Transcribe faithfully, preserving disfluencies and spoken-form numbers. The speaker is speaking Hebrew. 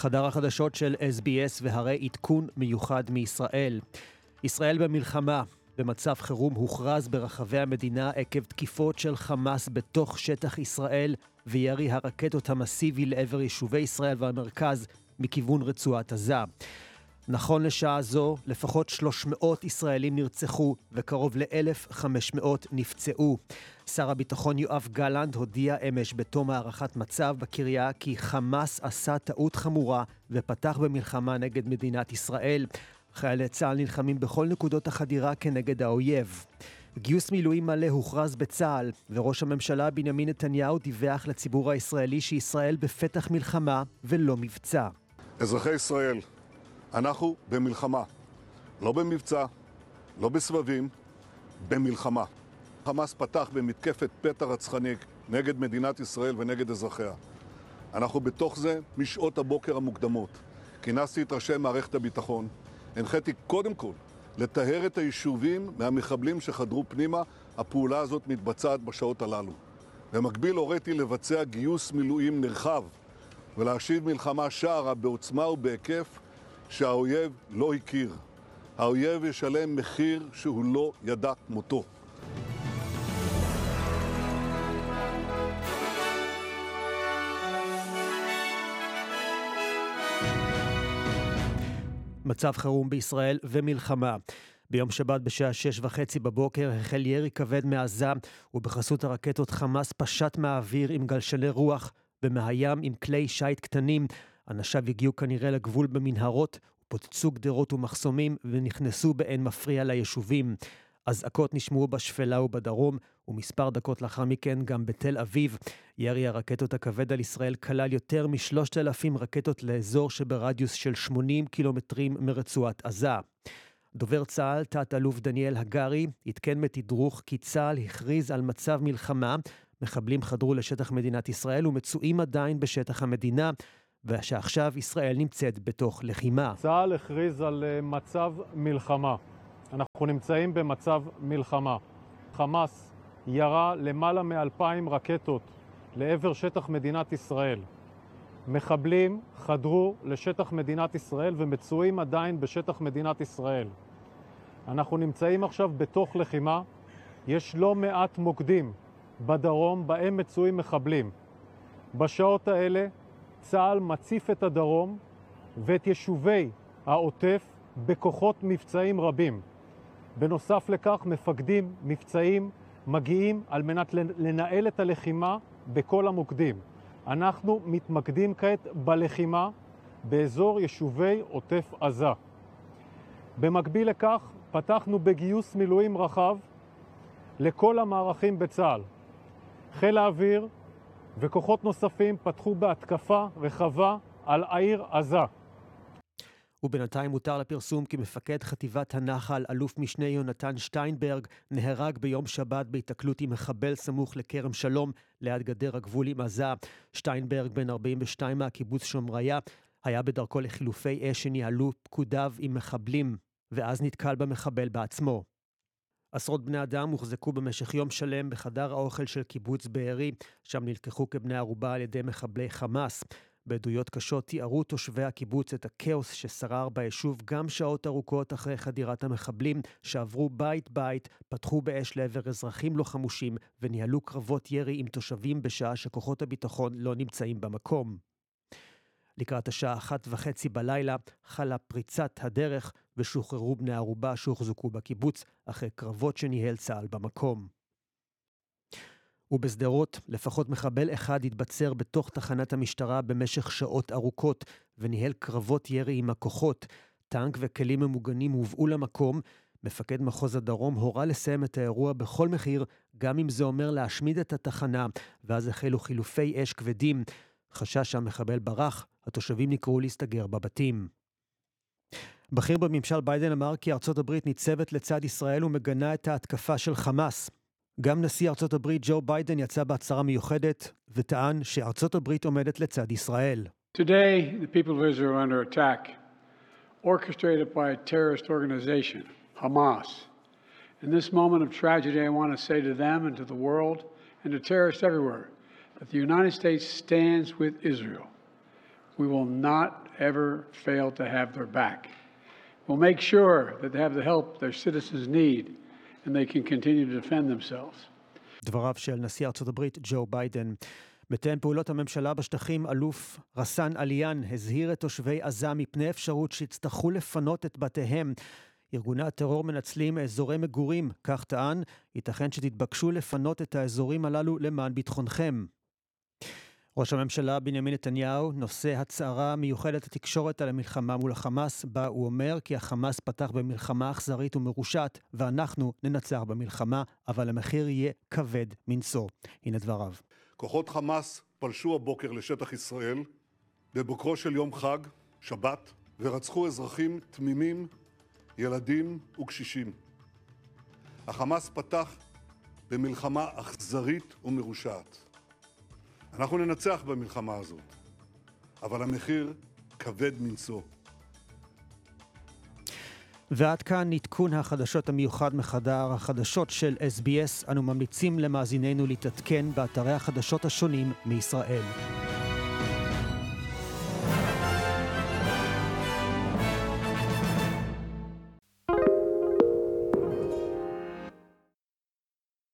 חדר החדשות של אס בי אס והרי עדכון מיוחד מישראל. ישראל במלחמה, במצב חירום הוכרז ברחבי המדינה עקב תקיפות של חמאס בתוך שטח ישראל וירי הרקטות המסיבי לעבר יישובי ישראל והמרכז מכיוון רצועת עזה. נכון לשעה זו, לפחות שלוש מאות ישראלים נרצחו וקרוב ל-אלף וחמש מאות נפצעו. שר הביטחון יואב גלנט הודיע אמש בתום הערכת מצב בקריה כי חמאס עשה טעות חמורה ופתח במלחמה נגד מדינת ישראל. חיילי צה"ל נלחמים בכל נקודות החדירה כנגד האויב. גיוס מילואים מלא הוכרז בצה"ל, וראש הממשלה בנימין נתניהו דיווח לציבור הישראלי שישראל בפתח מלחמה ולא מבצע. אזרחי ישראל, אנחנו במלחמה, לא במבצע, לא בסבבים, במלחמה. חמאס פתח במתקפת פתע רצחני נגד מדינת ישראל ונגד אזרחיה. אנחנו בתוך זה משעות הבוקר המוקדמות. כינסתי את ראשי מערכת הביטחון, הנחיתי קודם כל לטהר את היישובים מהמחבלים שחדרו פנימה. הפעולה הזאת מתבצעת בשעות הללו. במקביל הוריתי לבצע גיוס מילואים נרחב ולהשיב מלחמה שערה בעוצמה ובהיקף שהאויב לא הכיר. האויב ישלם מחיר שהוא לא ידע כמותו. מצב חירום בישראל ומלחמה. ביום שבת בשעה שש וחצי בבוקר החל ירי כבד מעזה, ובחסות הרקטות חמאס פשט מהאוויר עם גלשני רוח ומהים עם כלי שייט קטנים. אנשיו הגיעו כנראה לגבול במנהרות, פוצצו גדרות ומחסומים ונכנסו באין מפריע ליישובים. אזעקות נשמעו בשפלה ובדרום, ומספר דקות לאחר מכן גם בתל אביב. ירי הרקטות הכבד על ישראל כלל יותר משלושת אלפים רקטות לאזור שברדיוס של שמונים קילומטרים מרצועת עזה. דובר צה"ל, תת-אלוף דניאל הגרי, התקן בתדרוך כי צה"ל הכריז על מצב מלחמה, מחבלים חדרו לשטח מדינת ישראל ומצויים עדיין בשטח המדינה, ושעכשיו ישראל נמצאת בתוך לחימה. צה"ל הכריז על מצב מלחמה. אנחנו נמצאים במצב מלחמה. חמאס ירה למעלה מאלפיים רקטות לעבר שטח מדינת ישראל. מחבלים חדרו לשטח מדינת ישראל ומצויים עדיין בשטח מדינת ישראל. אנחנו נמצאים עכשיו בתוך לחימה. יש לא מעט מוקדים בדרום בהם מצויים מחבלים. בשעות האלה צה"ל מציף את הדרום ואת יישובי העוטף בכוחות מבצעים רבים. בנוסף לכך, מפקדים מבצעים מגיעים על מנת לנהל את הלחימה בכל המוקדים. אנחנו מתמקדים כעת בלחימה באזור יישובי עוטף עזה. במקביל לכך, פתחנו בגיוס מילואים רחב לכל המערכים בצה"ל. חיל האוויר וכוחות נוספים פתחו בהתקפה רחבה על העיר עזה. ובינתיים מותר לפרסום כי מפקד חטיבת הנחל, אלוף משנה יונתן שטיינברג, נהרג ביום שבת בהיתקלות עם מחבל סמוך לכרם שלום ליד גדר הגבול עם עזה. שטיינברג, בן ארבעים ושתיים מהקיבוץ שומריה, היה בדרכו לחילופי אש שניהלו פקודיו עם מחבלים, ואז נתקל במחבל בעצמו. עשרות בני אדם הוחזקו במשך יום שלם בחדר האוכל של קיבוץ בארי, שם נלקחו כבני ערובה על ידי מחבלי חמאס. בעדויות קשות תיארו תושבי הקיבוץ את הכאוס ששרר ביישוב גם שעות ארוכות אחרי חדירת המחבלים, שעברו בית בית, פתחו באש לעבר אזרחים לא חמושים וניהלו קרבות ירי עם תושבים בשעה שכוחות הביטחון לא נמצאים במקום. לקראת השעה אחת וחצי בלילה חלה פריצת הדרך ושוחררו בני ערובה שהוחזקו בקיבוץ אחרי קרבות שניהל צה"ל במקום. ובסדרות לפחות מחבל אחד התבצר בתוך תחנת המשטרה במשך שעות ארוכות וניהל קרבות ירי עם הכוחות. טנק וכלים ממוגנים הובאו למקום. מפקד מחוז הדרום הורה לסיים את האירוע בכל מחיר, גם אם זה אומר להשמיד את התחנה, ואז החלו חילופי אש כבדים. חשש שהמחבל ברח, התושבים נקראו להסתגר בבתים. בכיר בממשל ביידן אמר כי ארצות הברית ניצבת לצד ישראל ומגנה את ההתקפה של חמאס. גם נשיא ארצות הברית ג'ו ביידן יצא בהצהרה מיוחדת וטען שארצות הברית עומדת לצד ישראל. Today, the people of Israel are under attack, orchestrated by a terrorist organization, Hamas. In this moment of tragedy, I want to say to them and to the world and to terrorists everywhere that the United States stands with Israel. we will not ever fail to have their back. We'll make sure that they have the help their citizens need and they can continue to defend themselves. דבריו של נשיא ארצות הברית ג'ו ביידן. מתאם פעולות הממשלה בשטחים, אלוף רסן עליאן, הזהיר את תושבי עזה מפני אפשרות שיצטרכו לפנות את בתיהם. ארגוני הטרור מנצלים אזורי מגורים, כך טען, ייתכן שתתבקשו לפנות את האזורים הללו למען ביטחונכם. ראש הממשלה בנימין נתניהו נושא הצהרה מיוחדת לתקשורת על המלחמה מול החמאס, בה הוא אומר כי החמאס פתח במלחמה אכזרית ומרושעת, ואנחנו ננצח במלחמה, אבל המחיר יהיה כבד מנשוא. הנה דבריו. כוחות חמאס פלשו הבוקר לשטח ישראל, בבוקרו של יום חג, שבת, ורצחו אזרחים תמימים, ילדים וקשישים. החמאס פתח במלחמה אכזרית ומרושעת. אנחנו ננצח במלחמה הזאת, אבל המחיר כבד מנשוא. ועד כאן עדכון החדשות המיוחד מחדר החדשות של אס בי אס. אנו ממליצים למאזיננו להתעדכן באתרי החדשות השונים מישראל.